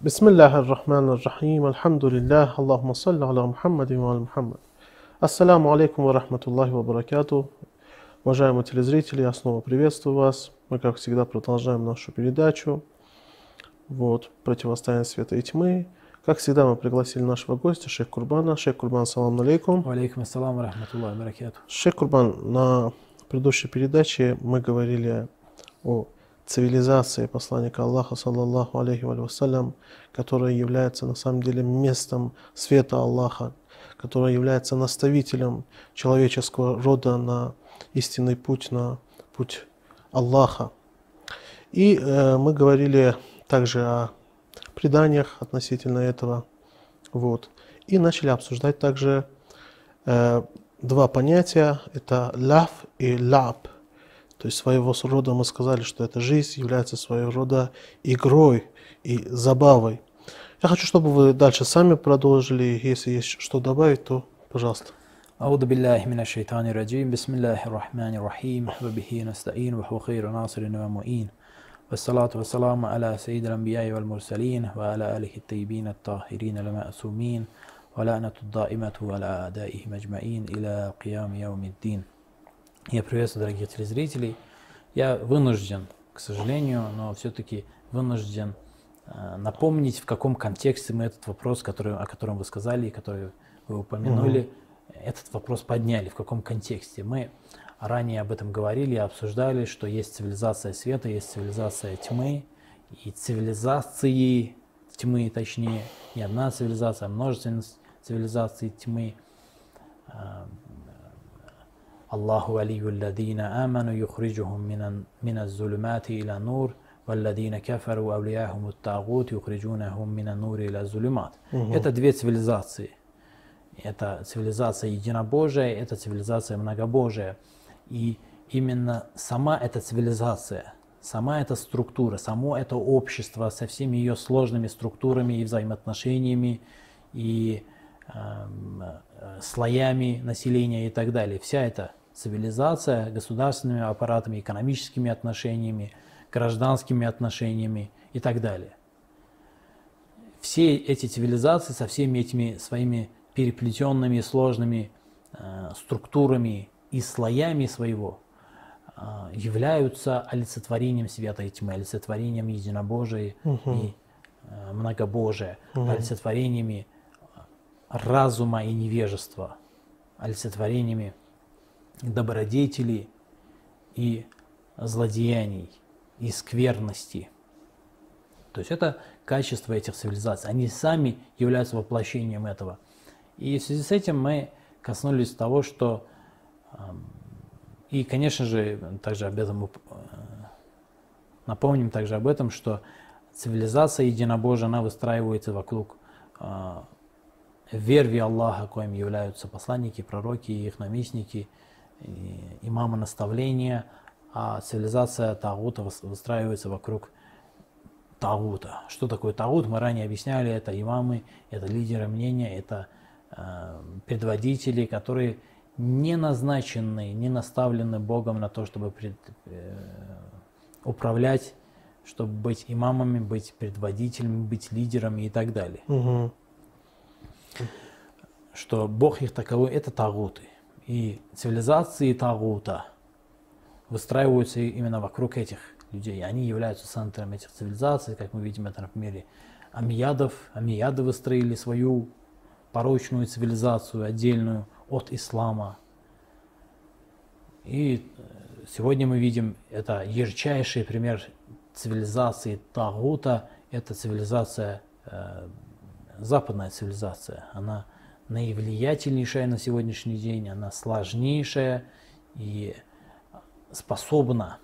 Бисмиллахи р-Рахмани р-Рахим, альхамдулиллах, Аллахумма салли аля Мухаммадин ва аля Мухаммад. Ассаляму алейкум ва рахматуллахи ва баракату. Уважаемые телезрители, я снова приветствую вас. Мы, как всегда, продолжаем нашу передачу. Противостояние света и тьмы. Как всегда, мы пригласили нашего гостя, шейх Курбана. Шейх Курбан, салам алейкум. Алейкум ассалам ва рахматуллахи ва баракату. Шейх Курбан, на предыдущей передаче мы говорили о цивилизации посланника Аллаха, саллаллаху алейхи ва саллям, которая является на самом деле местом света Аллаха, которая является наставителем человеческого рода на истинный путь, на путь Аллаха. И мы говорили также о преданиях относительно этого. И начали обсуждать также два понятия, это ляв и ляб. То есть своего рода мы сказали, что эта жизнь является своего рода игрой и забавой. Я хочу, чтобы вы дальше сами продолжили. Если есть что добавить, то пожалуйста. Ауду биллахи минаш шайтани раджим. Бисмиллахи рахмани рахим. Ва бихи настаин. Ва хуа хейру насирин ва муин. Вассалату вассаламу аля сайидил анбияи вал мурсалин. Ва аля алихи тайбин ат-тахирин ал-ма'сумин. Ва ла'нату даимату аля адаихим аджмаин иля қиями яумиддин. Я приветствую, дорогих телезрителей. Я вынужден, к сожалению, но все-таки вынужден напомнить, в каком контексте мы этот вопрос, о котором вы сказали, и который вы упомянули, этот вопрос подняли, в каком контексте. Мы ранее об этом говорили, обсуждали, что есть цивилизация света, есть цивилизация тьмы, и цивилизации тьмы, точнее, не одна цивилизация, а множество цивилизаций тьмы. Аллаху алию алладина аману юхриджухум мина зулумати иля нур, валладина кафару авлияхум ут-тагут юхриджунахум мина нури иля зулумат. Это две цивилизации. Это цивилизация единобожия, это цивилизация многобожия. И именно сама эта цивилизация, сама эта структура, само это общество со всеми ее сложными структурами и взаимоотношениями, и слоями населения и так далее. Вся эта цивилизация государственными аппаратами, экономическими отношениями, гражданскими отношениями и так далее. Все эти цивилизации со всеми этими своими переплетенными сложными структурами и слоями своего являются олицетворением света и тьмы, олицетворением единобожия и многобожия, олицетворениями разума и невежества, олицетворениями добродетели и злодеяний, и скверности. То есть это качество этих цивилизаций. Они сами являются воплощением этого. И в связи с этим мы коснулись того, что... И, конечно же, также об этом напомним также об этом, что цивилизация единобожия, она выстраивается вокруг верви Аллаха, коим являются посланники, пророки, их наместники, имамы наставления, а цивилизация тагута выстраивается вокруг тагута. Что такое тагут? Мы ранее объясняли, это имамы, это лидеры мнения, это предводители, которые не назначены, не наставлены Богом на то, чтобы управлять, чтобы быть имамами, быть предводителями, быть лидерами и так далее. Что Бог их таковой, это тагуты. И цивилизации тагута выстраиваются именно вокруг этих людей. Они являются центром этих цивилизаций, как мы видим это на примере аммиядов. Аммияды выстроили свою порочную цивилизацию, отдельную от ислама. И сегодня мы видим, это ярчайший пример цивилизации тагута, это цивилизация, западная цивилизация. Она наивлиятельнейшая на сегодняшний день, она сложнейшая и способна.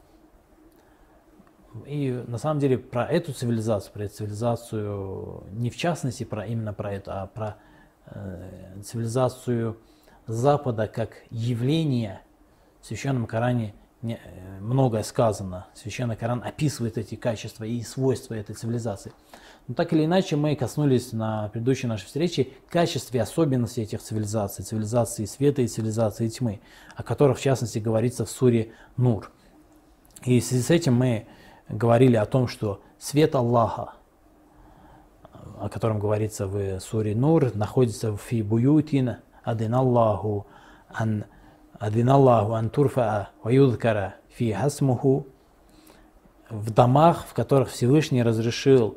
И на самом деле про эту цивилизацию не в частности именно про это, а про цивилизацию Запада как явление в Священном Коране многое сказано. Священный Коран описывает эти качества и свойства этой цивилизации. Но так или иначе мы коснулись на предыдущей нашей встрече качеств и особенностей этих цивилизаций, цивилизации света и цивилизации тьмы, о которых в частности говорится в суре Нур. И в связи с этим мы говорили о том, что свет Аллаха, о котором говорится в суре Нур, находится в «Фи буютин адиналлаху ан турфаа ва юдкара фи хасмуху», в домах, в которых Всевышний разрешил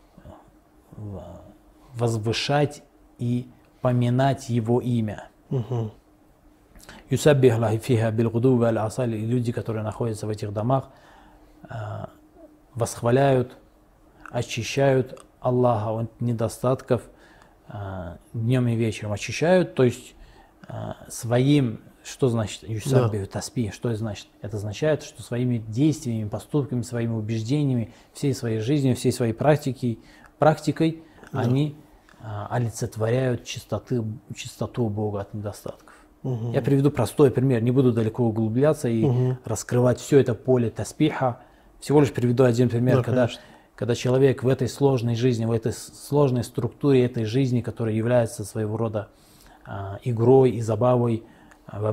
возвышать и поминать Его имя. Юсаббих лахи фиха билгудуви аль асали, люди, которые находятся в этих домах, восхваляют, очищают Аллаха от недостатков днем и вечером. Очищают, то есть своим, что значит юсаббиху таспих, что это значит? Это означает, что своими действиями, поступками, своими убеждениями, всей своей жизнью, всей своей практикой они олицетворяют чистоту Бога от недостатков. Я приведу простой пример, не буду далеко углубляться и раскрывать все это поле таспиха. Всего лишь приведу один пример, когда человек в этой сложной жизни, в этой сложной структуре этой жизни, которая является своего рода игрой и забавой, эта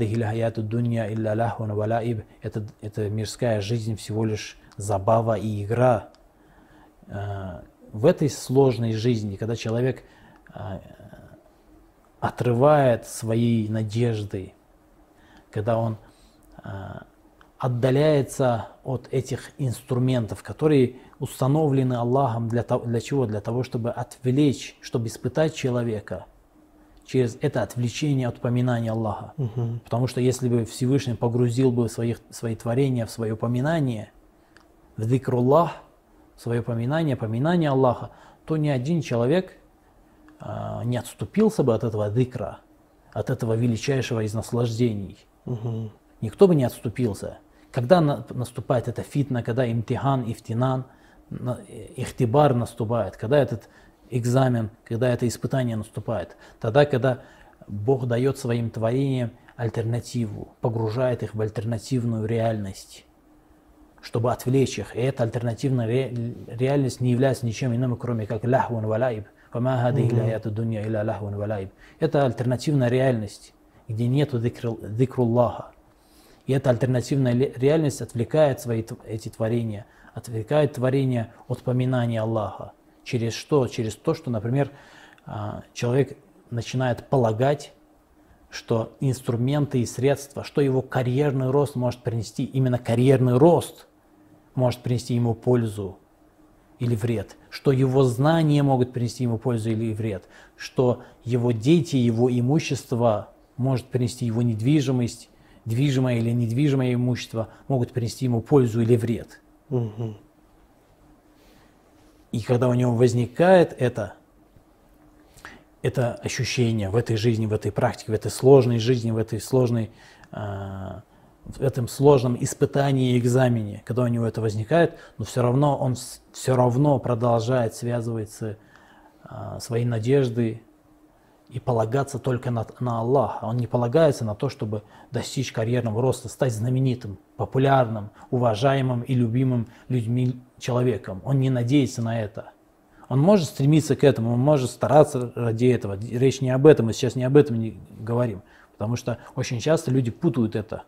мирская жизнь всего лишь забава и игра. В этой сложной жизни, когда человек отрывает свои надежды, когда он отдаляется от этих инструментов, которые установлены Аллахом для чего? Для того, чтобы отвлечь, чтобы испытать человека через это отвлечение от поминания Аллаха. Потому что если бы Всевышний погрузил бы свои творения в свое поминание, в зикруллах, свое поминание Аллаха, то ни один человек не отступился бы от этого зикра, от этого величайшего из наслаждений. Никто бы не отступился. Когда наступает эта фитна, когда имтихан, ифтинан, ихтибар наступает, когда этот экзамен, когда это испытание наступает, тогда, когда Бог дает своим творениям альтернативу, погружает их в альтернативную реальность, чтобы отвлечь их. И эта альтернативная реальность не является ничем иным, кроме как ляхвун валаиб. Это альтернативная реальность, где нет зикруллаха. И эта альтернативная реальность отвлекает эти творения, отвлекает творения от поминания Аллаха. Через что? Через то, что, например, человек начинает полагать, что инструменты и средства, что его карьерный рост может принести, именно карьерный рост может принести ему пользу или вред, что его знания могут принести ему пользу или вред, что его дети, его имущество может принести его недвижимость, движимое или недвижимое имущество могут принести ему пользу или вред. И когда у него возникает это ощущение в этой жизни, в этой практике, в этой сложной жизни, в этом сложном испытании и экзамене, когда у него это возникает, но все равно он продолжает связывать свои надежды и полагаться только на Аллаха. Он не полагается на то, чтобы достичь карьерного роста, стать знаменитым, популярным, уважаемым и любимым людьми человеком. Он не надеется на это. Он может стремиться к этому, он может стараться ради этого. Речь не об этом, мы сейчас не об этом не говорим. Потому что очень часто люди путают это.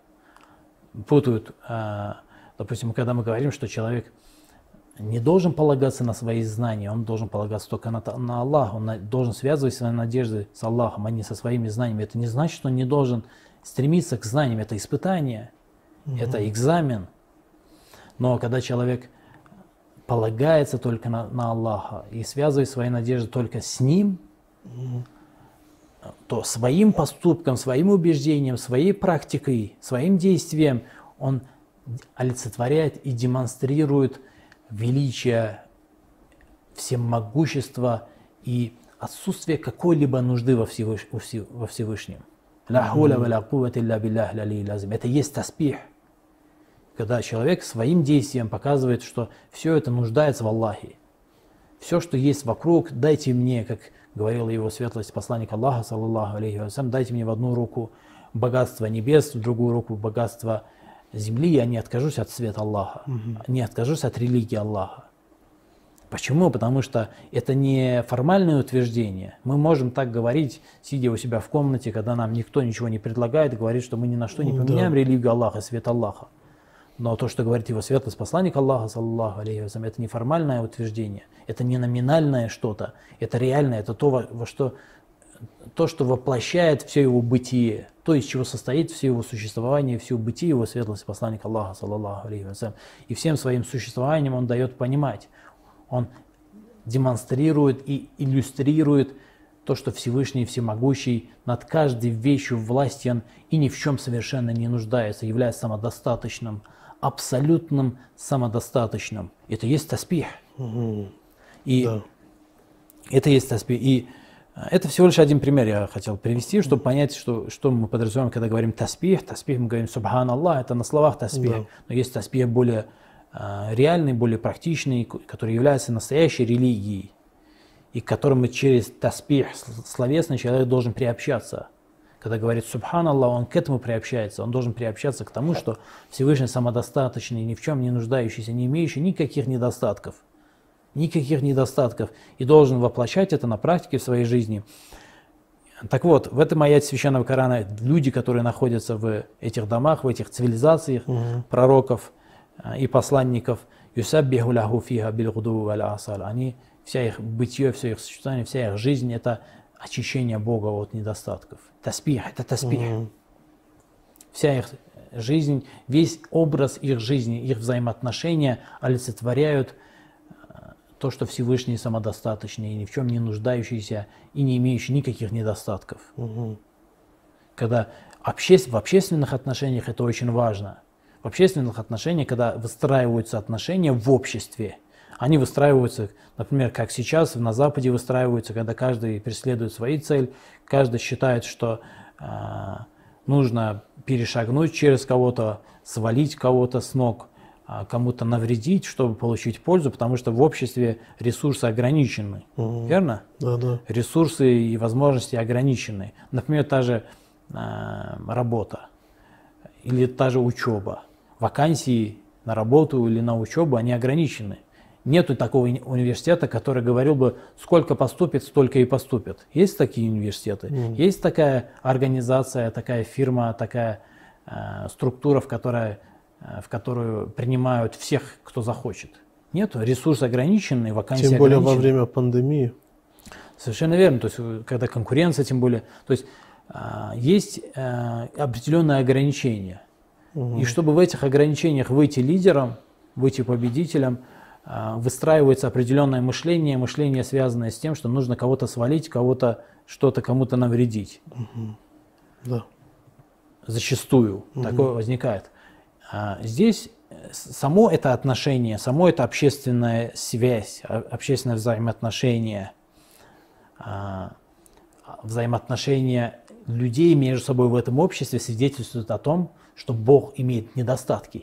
Допустим, когда мы говорим, что человек не должен полагаться на свои знания, он должен полагаться только на Аллаха, он должен связывать свои надежды с Аллахом, а не со своими знаниями. Это не значит, что он не должен стремиться к знаниям, это испытание, это экзамен. Но когда человек полагается только на Аллаха и связывает свои надежды только с Ним, то своим поступком, своим убеждением, своей практикой, своим действием он олицетворяет и демонстрирует величие, всемогущество и отсутствие какой-либо нужды во Всевышнем. Это есть таспих, когда человек своим действием показывает, что все это нуждается в Аллахе. Все, что есть вокруг, дайте мне, как говорила его светлость посланник Аллаха, саллаллаху алейхи вассалям, дайте мне в одну руку богатство небес, в другую руку богатство земли, я не откажусь от света Аллаха, не откажусь от религии Аллаха. Почему? Потому что это не формальное утверждение. Мы можем так говорить, сидя у себя в комнате, когда нам никто ничего не предлагает, говорит, что мы ни на что не поменяем религию Аллаха, свет Аллаха. Но то, что говорит его светлость посланник Аллаха, саллаллаху алейхи ва саллям, это не формальное утверждение, это не номинальное что-то, это реальное, это то, что воплощает все его бытие, то, из чего состоит все его существование, все бытие его светлости посланника Аллаха, саллаллаху алейхи ва саллям. И всем своим существованием он дает понимать, он демонстрирует и иллюстрирует то, что Всевышний Всемогущий над каждой вещью властен и ни в чем совершенно не нуждается, является самодостаточным, абсолютным самодостаточным. Это есть таспих. И Да. это есть таспих. И это всего лишь один пример я хотел привести, чтобы понять, что мы подразумеваем, когда говорим таспих. Таспих мы говорим субхан Аллах, это на словах таспих. Да. Но есть таспих более реальный, более практичный, который является настоящей религией, и к которому через таспих словесный человек должен приобщаться. Когда говорит субхан Аллах, он к этому приобщается, он должен приобщаться к тому, что Всевышний самодостаточный, ни в чем не нуждающийся, не имеющий никаких недостатков, и должен воплощать это на практике в своей жизни. Так вот, в этом аяте Священного Корана люди, которые находятся в этих домах, в этих цивилизациях пророков и посланников, юсаббиху лаху фиха билгуду валь асал, они, вся их бытие, все их существование, вся их жизнь – это очищение Бога от недостатков. Таспих – это таспих. Вся их жизнь, весь образ их жизни, их взаимоотношения олицетворяют то, что Всевышний самодостаточный, ни в чем не нуждающийся и не имеющий никаких недостатков. Когда в общественных отношениях это очень важно. В общественных отношениях, когда выстраиваются отношения в обществе, они выстраиваются, например, как сейчас на Западе выстраиваются, когда каждый преследует свою цель, каждый считает, что нужно перешагнуть через кого-то, свалить кого-то с ног, кому-то навредить, чтобы получить пользу, потому что в обществе ресурсы ограничены. Верно? Да. Ресурсы и возможности ограничены. Например, та же работа или та же учеба. Вакансии на работу или на учебу, они ограничены. Нету такого университета, который говорил бы, сколько поступит, столько и поступит. Есть такие университеты, есть такая организация, такая фирма, такая структура, в которую принимают всех, кто захочет. Нету, ресурс ограниченный, вакансии Тем более ограничены. во время пандемии. Совершенно верно, то есть когда конкуренция, тем более, то есть есть определенные ограничения. И чтобы в этих ограничениях выйти лидером, выйти победителем, выстраивается определенное мышление, связанное с тем, что нужно кого-то свалить, кого-то что-то кому-то навредить. Да. Зачастую такое возникает. Здесь само это отношение, само это общественная связь, общественное взаимоотношение, взаимоотношения людей между собой в этом обществе свидетельствует о том, что Бог имеет недостатки,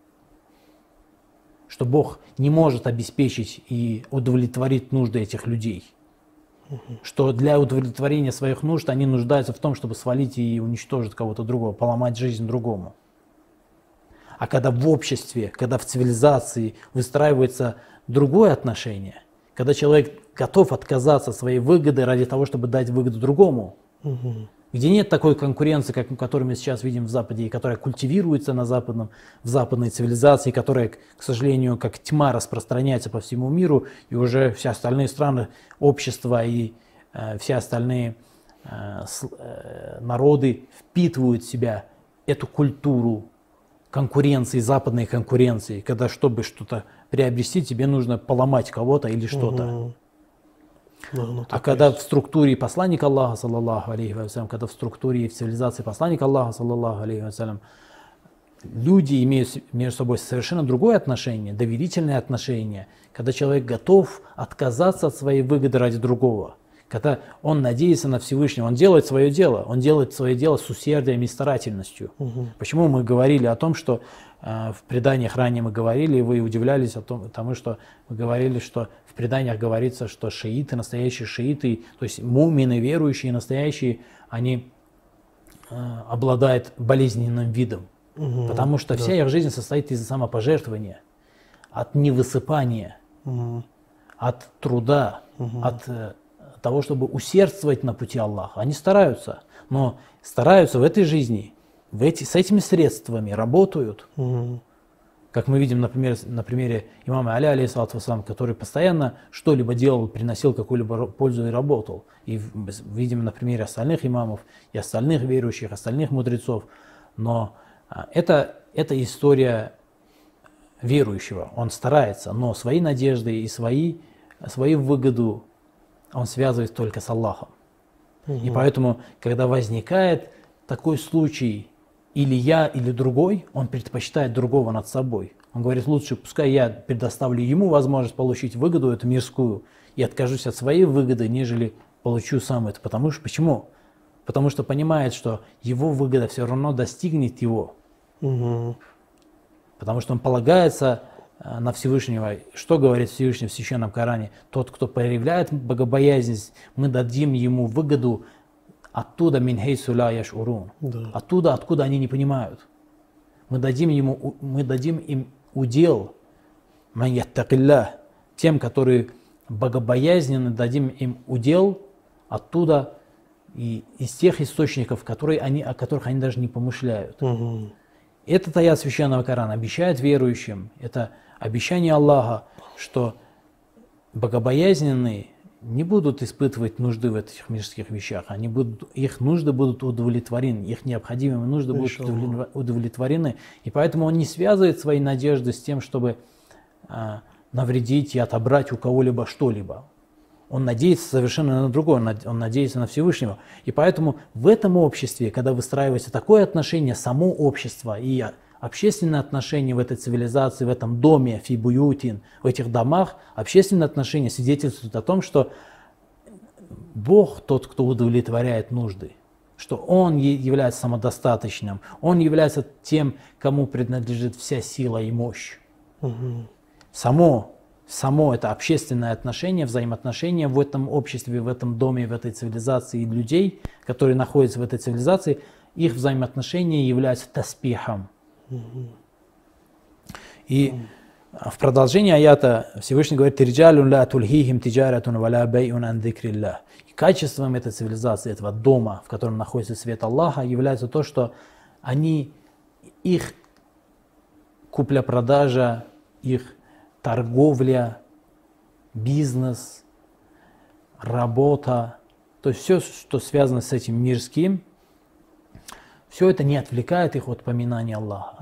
что Бог не может обеспечить и удовлетворить нужды этих людей, что для удовлетворения своих нужд они нуждаются в том, чтобы свалить и уничтожить кого-то другого, поломать жизнь другому. А когда в обществе, когда в цивилизации выстраивается другое отношение, когда человек готов отказаться от своей выгоды ради того, чтобы дать выгоду другому, где нет такой конкуренции, которую мы сейчас видим в Западе, и которая культивируется в западной цивилизации, которая, к сожалению, как тьма распространяется по всему миру, и уже все остальные страны, общества и все остальные народы впитывают в себя эту культуру конкуренции, западной конкуренции, когда чтобы что-то приобрести, тебе нужно поломать кого-то или что-то. А когда в структуре посланника Аллаха, саллаллаху алейхи ва саллям, когда в структуре и в цивилизации посланника Аллаха, саллаллаху алейхи ва саллям, люди имеют между собой совершенно другое отношение, доверительное отношение, когда человек готов отказаться от своей выгоды ради другого, когда он надеется на Всевышнего, он делает свое дело с усердием и старательностью. Почему мы говорили о том, что в преданиях ранее мы говорили, и вы удивлялись тому, что мы говорили, что в преданиях говорится, что шииты, настоящие шииты, то есть мумины, верующие, настоящие, они обладают болезненным видом, потому что вся их жизнь состоит из самопожертвования, от невысыпания, от труда, от того, чтобы усердствовать на пути Аллаха. Они стараются, но стараются в этой жизни, с этими средствами работают, Как мы видим, например, на примере имама Али, алейхиссалату вассалам, который постоянно что-либо делал, приносил какую-либо пользу и работал. И видим на примере остальных имамов и остальных верующих, остальных мудрецов. Но это история верующего. Он старается, но свои надежды и свою выгоду он связывает только с Аллахом. И поэтому, когда возникает такой случай, или я, или другой, он предпочитает другого над собой. Он говорит, лучше пускай я предоставлю ему возможность получить выгоду эту мирскую и откажусь от своей выгоды, нежели получу сам это. Почему? Потому что понимает, что его выгода все равно достигнет его. Потому что он полагается на Всевышнего. Что говорит Всевышний в Священном Коране? Тот, кто проявляет богобоязненность, мы дадим ему выгоду оттуда, мин хейсу ла яшурун. Оттуда, откуда они не понимают. Мы дадим им удел, ман яттакиллах, тем, которые богобоязненны, дадим им удел оттуда и из тех источников, о которых они даже не помышляют. Этот аят Священного Корана обещает верующим, это обещание Аллаха, что богобоязненные не будут испытывать нужды в этих мирских вещах, их нужды будут удовлетворены, их необходимые нужды будут удовлетворены, и поэтому он не связывает свои надежды с тем, чтобы навредить и отобрать у кого-либо что-либо. Он надеется совершенно на другое, он надеется на Всевышнего. И поэтому в этом обществе, когда выстраивается такое отношение, само общество и общественные отношения в этой цивилизации, в этом доме, фибуютин, в этих домах, общественные отношения свидетельствуют о том, что Бог тот, кто удовлетворяет нужды, что Он является самодостаточным, Он является тем, кому принадлежит вся сила и мощь. Само это общественное отношение, взаимоотношения в этом обществе, в этом доме, в этой цивилизации и людей, которые находятся в этой цивилизации, их взаимоотношения являются таспихом. И в продолжении аята Всевышний говорит: «Риджалун ла тульхихим тиджаратун валя бейун ан зикриллах». И качеством этой цивилизации, этого дома, в котором находится свет Аллаха, является то, что их купля-продажа, их торговля, бизнес, работа, то есть все, что связано с этим мирским, все это не отвлекает их от поминания Аллаха.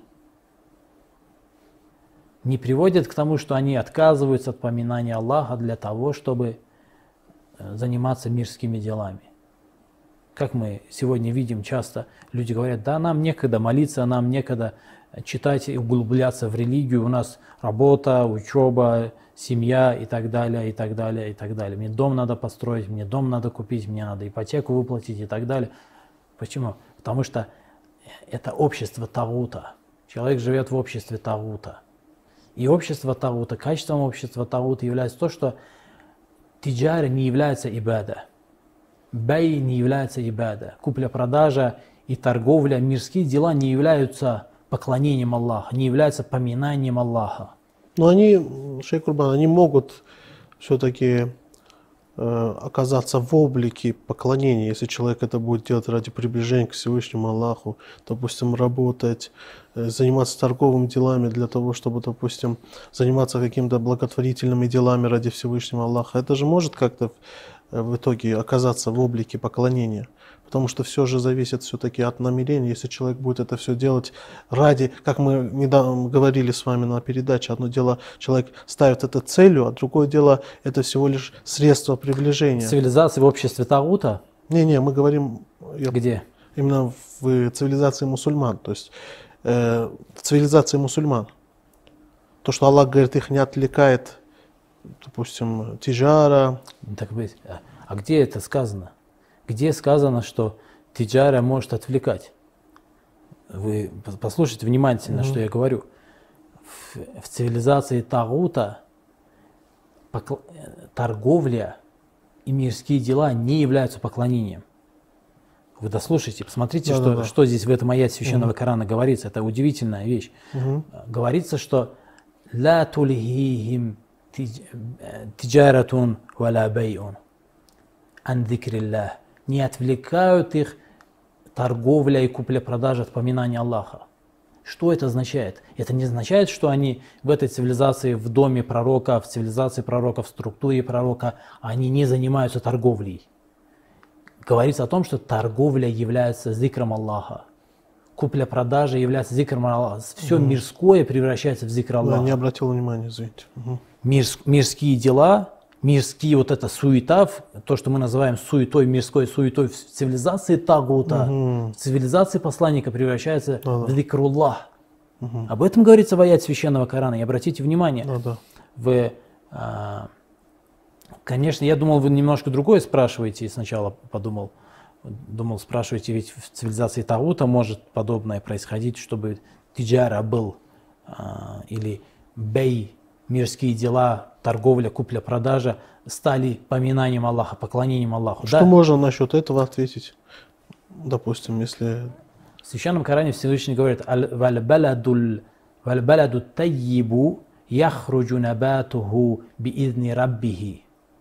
Не приводит к тому, что они отказываются от поминания Аллаха для того, чтобы заниматься мирскими делами. Как мы сегодня видим, часто люди говорят: да, нам некогда молиться, нам некогда читать и углубляться в религию, у нас работа, учеба, семья и так далее, и так далее, и так далее. Мне дом надо построить, мне дом надо купить, мне надо ипотеку выплатить и так далее. Почему? Потому что это общество тагута. Человек живет в обществе тагута. И общество тагута, качеством общества тагута является то, что тиджара не является ибада, бай не является ибада, купля-продажа и торговля, мирские дела не являются поклонением Аллаха, не являются поминанием Аллаха. Но они, шейх Курбан, они могут все-таки оказаться в облике поклонения, если человек это будет делать ради приближения к Всевышнему Аллаху, допустим, работать, заниматься торговыми делами для того, чтобы, допустим, заниматься какими-то благотворительными делами ради Всевышнего Аллаха. Это же может как-то в итоге оказаться в облике поклонения. Потому что все же зависит все-таки от намерения. Если человек будет это все делать ради, как мы недавно говорили с вами на передаче, одно дело человек ставит это целью, а другое дело это всего лишь средство приближения. Цивилизация в обществе тагута? Не, мы говорим... Где? Именно в цивилизации мусульман. То есть в цивилизации мусульман. То, что Аллах говорит, их не отвлекает, допустим, тиджара. Так, а где это сказано? Где сказано, что тиджара может отвлекать? Вы послушайте внимательно, что я говорю. В цивилизации тагута торговля и мирские дела не являются поклонением. Вы дослушайте, посмотрите, что здесь в этом аяте Священного Корана говорится. Это удивительная вещь. Говорится, что «Ла тулихихим тиджаратун валя бейун ан зикриллах». Не отвлекают их торговля и купля-продажа от поминания Аллаха. Что это означает? Это не означает, что они в этой цивилизации, в доме пророка, в цивилизации пророка, в структуре пророка, они не занимаются торговлей. Говорится о том, что торговля является зикром Аллаха. Купля-продажа является зикром Аллаха. Все мирское превращается в зикр Аллаха. Да, не обратил внимания, извините. Мирские дела, мирские вот эта суета, то, что мы называем суетой, мирской суетой в цивилизации тагута, в цивилизации посланника превращается в зикруллах. Об этом говорится в аяте священного Корана. И обратите внимание, конечно, я думал, вы немножко другое спрашиваете, сначала думал, спрашиваете, ведь в цивилизации тагута может подобное происходить, чтобы тиджара был, или бей, мирские дела, торговля, купля-продажа стали поминанием Аллаха, поклонением Аллаху. Что можно насчет этого ответить? Допустим, если... В Священном Коране Всевышний говорит: «Валь-баладу таййибу яхруджу набатуху биизни раббихи».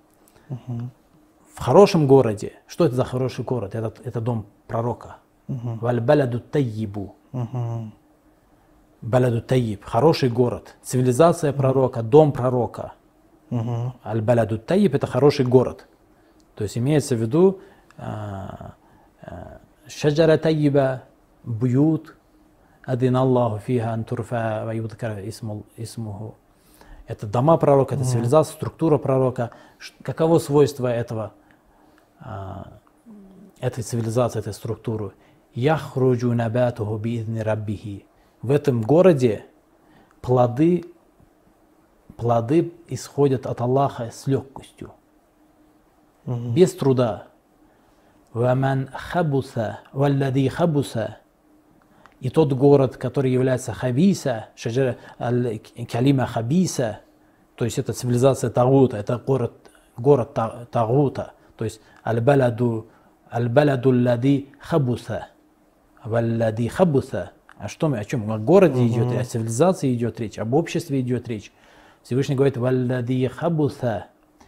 В хорошем городе, что это за хороший город? Это дом пророка. «Валь-баладу таййибу». Баладу Таиб, хороший город, цивилизация пророка, дом пророка. Аль-Баладу Таиб — это хороший город. То есть имеется в виду шаджара Таиба, бьют, адин Аллаху фиха антурфа ва юдкара исмуху. Это дома пророка, это цивилизация, структура пророка. Каково свойство этой цивилизации, этой структуры? Яхруджу набатуху биизни раббихи. В этом городе плоды исходят от Аллаха с легкостью, без труда. «Ваман хабуса, валлади хабуса». И тот город, который является хабиса, калима хабиса, то есть это цивилизация тагута, это город тагута, то есть аль-баладу лади хабуса, валлади хабуса. О чем? О городе идет речь, о цивилизации идет речь, об обществе идет речь. Всевышний говорит: «Валлади хабуса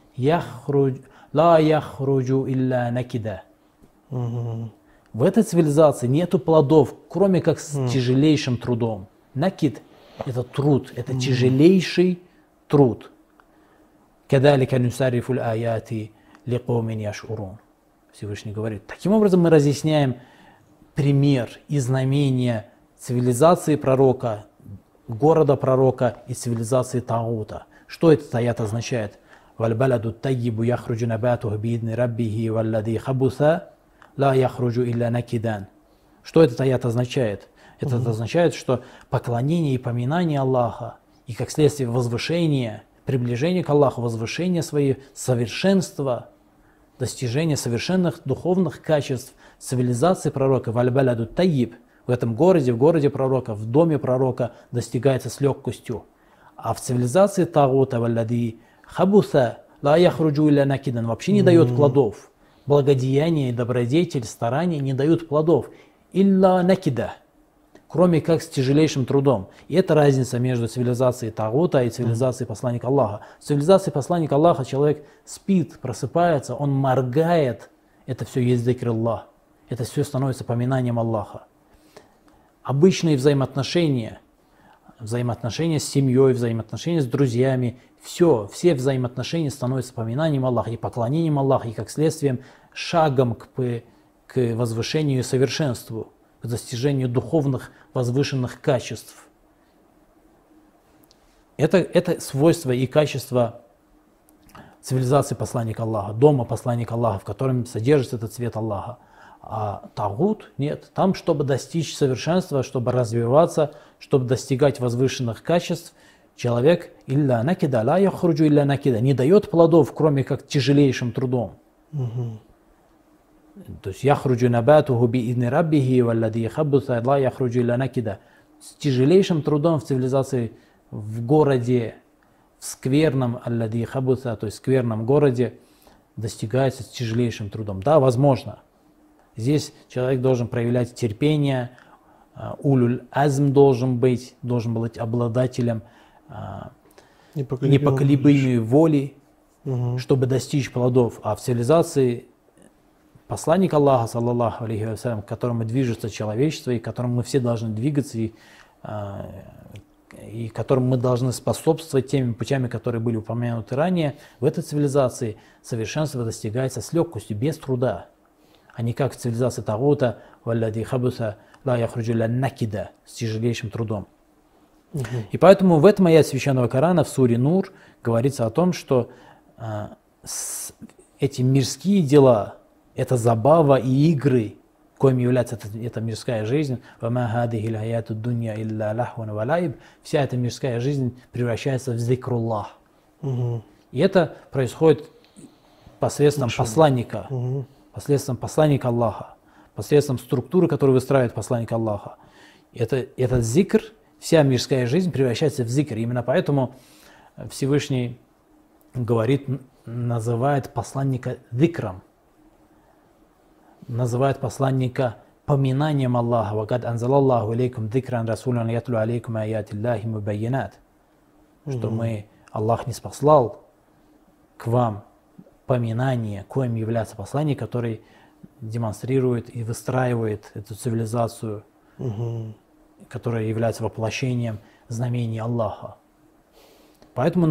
ла яхруджу илля накида». В этой цивилизации нету плодов, кроме как с тяжелейшим трудом. Накид – это труд, это тяжелейший труд. «Кадалика нусаррифу аяти ликаумин яшурун». Всевышний говорит: таким образом мы разъясняем пример и знамения цивилизации пророка, города пророка и цивилизации тагута. Что этот аят означает? «Валь-баладу таййибу яхруджу набатуху биидни раббихи валлади хабуса ла яхруджу илля накидан». Что этот аят означает? Это означает, что поклонение и поминание Аллаха, и как следствие возвышение, приближение к Аллаху, возвышение своего совершенства, достижение совершенных духовных качеств цивилизации пророка, «Валь-баладу таййиб», в этом городе, в городе пророка, в доме пророка достигается с легкостью. А в цивилизации тагута валлади хабуса ла яхруджу илля накидан вообще не дает плодов. Благодеяние, добродетель, старание не дают плодов. Илля накида, кроме как с тяжелейшим трудом. И это разница между цивилизацией тагута и цивилизацией посланника Аллаха. В цивилизации посланника Аллаха человек спит, просыпается, он моргает. Это все есть зикр Аллах. Это все становится поминанием Аллаха. Обычные взаимоотношения с семьей, взаимоотношения с друзьями, все взаимоотношения становятся поминанием Аллаха и поклонением Аллаха, и как следствием шагом к возвышению и совершенству, к достижению духовных возвышенных качеств. Это свойство и качество цивилизации посланника Аллаха, дома посланника Аллаха, в котором содержится этот цвет Аллаха. А тагут нет. Там, чтобы достичь совершенства, чтобы развиваться, чтобы достигать возвышенных качеств, человек илля накида ла яхруджу илля накида не дает плодов, кроме как тяжелейшим трудом. То есть яхруджу набатуху биизни раббихи валлади хабуса ла яхруджу илля накида. С тяжелейшим трудом в цивилизации, в городе, в скверном аллади хабуса, то есть скверном городе, достигается с тяжелейшим трудом. Да, возможно. Здесь человек должен проявлять терпение, улюль азм должен быть обладателем непоколебимой воли, чтобы достичь плодов. А в цивилизации посланник Аллаха, саллаллаху алейхи вассалям, к которому движется человечество, и к которому мы все должны двигаться, и и которым мы должны способствовать теми путями, которые были упомянуты ранее, в этой цивилизации совершенство достигается с легкостью, без труда, а не как в цивилизации Тагута, валлади хабуса ла яхруджу накида, с тяжелейшим трудом. И поэтому в этом аяте Священного Корана в суре Нур говорится о том, что эти мирские дела, это забава и игры, коим является эта мирская жизнь, вся эта мирская жизнь превращается в зикруллах. И это происходит посредством посланника, посредством посланника Аллаха, посредством структуры, которую выстраивает посланник Аллаха. Этот зикр, вся мирская жизнь превращается в зикр. Именно поэтому Всевышний говорит, называет посланника зикром, называет посланника поминанием Аллаха. «Вакад анзалаллаху илейкум зикран расулян ятлу алейкум аятиллахи мубайянат». Что Аллах не спаслал к вам поминание, коим является посланник, который демонстрирует и выстраивает эту цивилизацию, которая является воплощением знамений Аллаха. Поэтому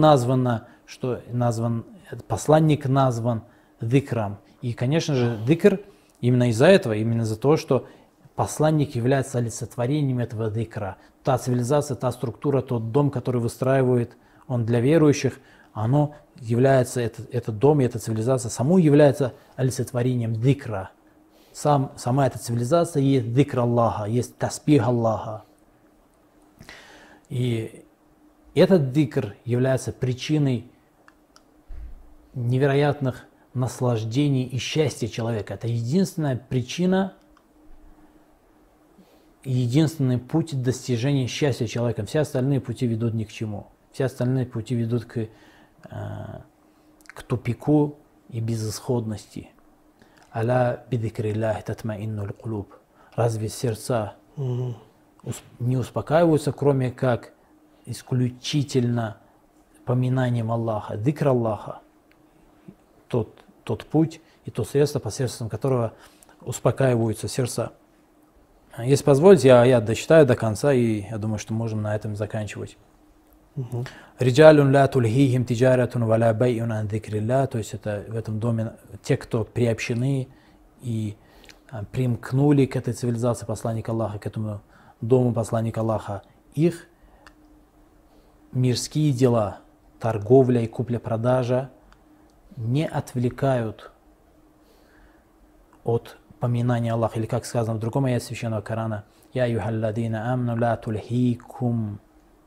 посланник назван зикром. И, конечно же, зикр именно из-за этого, именно из-за того, что посланник является олицетворением этого зикра. Та цивилизация, та структура, тот дом, который выстраивает он для верующих, оно является, этот дом и эта цивилизация само является олицетворением зикра. Сама эта цивилизация есть зикр Аллаха, есть таспих Аллаха. И этот зикр является причиной невероятных наслаждений и счастья человека. Это единственная причина, единственный путь достижения счастья человека. Все остальные пути ведут ни к чему. Все остальные пути ведут к тупику и безысходности. Аля бидикриллахи татмаиннуль кулуб. Разве сердца не успокаиваются, кроме как исключительно поминанием Аллаха, зикр Аллаха, тот путь и то средство, посредством которого успокаиваются сердца. Если позволите, я дочитаю до конца, и я думаю, что можем на этом заканчивать. Риджалун ла тульхихим тиджаратун валя бай'ун ан зикрилля, то есть это в этом доме те, кто приобщены и примкнули к этой цивилизации посланника Аллаха, к этому дому посланника Аллаха, их мирские дела, торговля и купля-продажа не отвлекают от поминания Аллаха. Или как сказано в другом аяте Священного Корана, «Я юхалладина амну ла тульхикум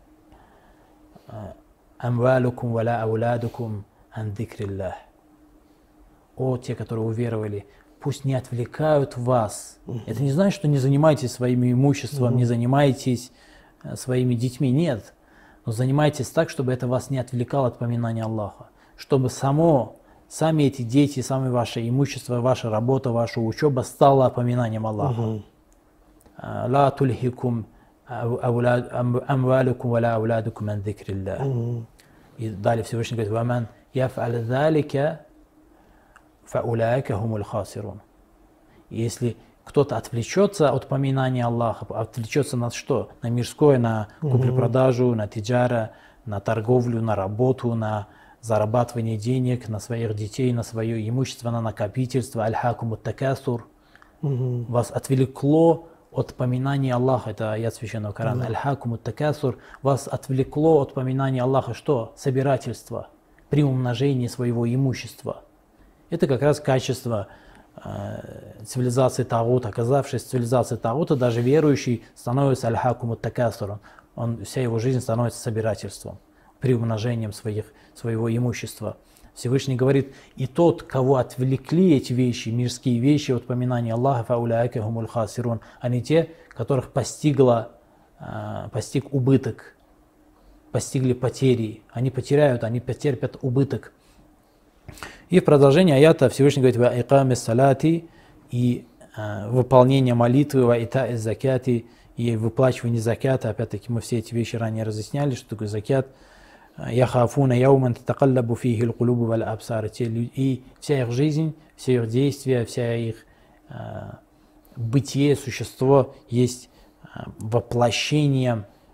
амвалукум валя ауладукум ан зикриллах». О, те, которые уверовали, пусть не отвлекают вас. Это не значит, что не занимайтесь своим имуществом, не занимайтесь своими детьми. Нет. Но занимайтесь так, чтобы это вас не отвлекало от поминания Аллаха. Чтобы сами эти дети, сами ваше имущество, ваша работа, ваша учеба стала поминанием Аллаха. «Ла тульхикум амвалукум валя ауладукум ан зикриллах». И далее Всевышний говорит, «Ваман яф'аль залика фаулаика хумуль хасирун». Если кто-то отвлечется от поминания Аллаха, отвлечется на что? На мирское, на куплю-продажу, на тиджара, на торговлю, на работу, на зарабатывание денег, на своих детей, на свое имущество, на накопительство, аль-хакумут такасур. Вас отвлекло от поминания Аллаха, это аят Священного Корана, аль-хакумут такасур, вас отвлекло от поминания Аллаха что? Собирательство, приумножение своего имущества. Это как раз качество цивилизации Тагута. Оказавшись в цивилизации Тагута, даже верующий становится аль-хакумут такасуром. Вся его жизнь становится собирательством, приумножением своего имущества. Всевышний говорит, и тот, кого отвлекли эти вещи, мирские вещи от поминания Аллаха, фауляйка хумуль хасирун, они те, которых постиг убыток, постигли потери. Они потеряют, они потерпят убыток. И в продолжении аята Всевышний говорит, «Ва икамис салати», и выполнение молитвы, «Ва ита из закяти», и выплачивание закята. Опять-таки мы все эти вещи ранее разъясняли, что такое закят. «Яхафуна яуман татакаллабу фихи л-кулубу валь абсар». И вся их жизнь, все их действия, вся их бытие, существо есть воплощением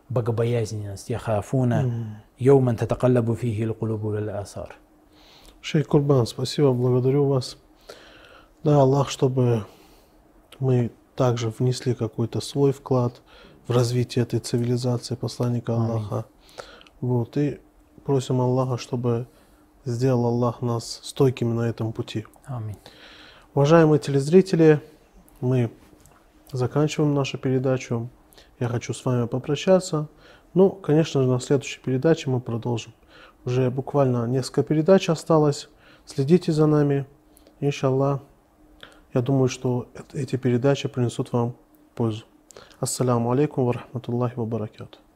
богобоязненность. Яхафуна йоуман татакаллабу фихи аль-кулубу валь-асар. Шейх Курбан, спасибо, благодарю вас. Да, Аллах, чтобы мы также внесли какой-то свой вклад в развитие этой цивилизации посланника Аллаха. Вот, и просим Аллаха, чтобы сделал Аллах нас стойкими на этом пути. Аминь. Уважаемые телезрители, мы заканчиваем нашу передачу. Я хочу с вами попрощаться. Ну, конечно же, на следующей передаче мы продолжим. Уже буквально несколько передач осталось. Следите за нами. Иншаллах. Я думаю, что эти передачи принесут вам пользу. Ассаляму алейкум ва рахматуллахи ва баракату.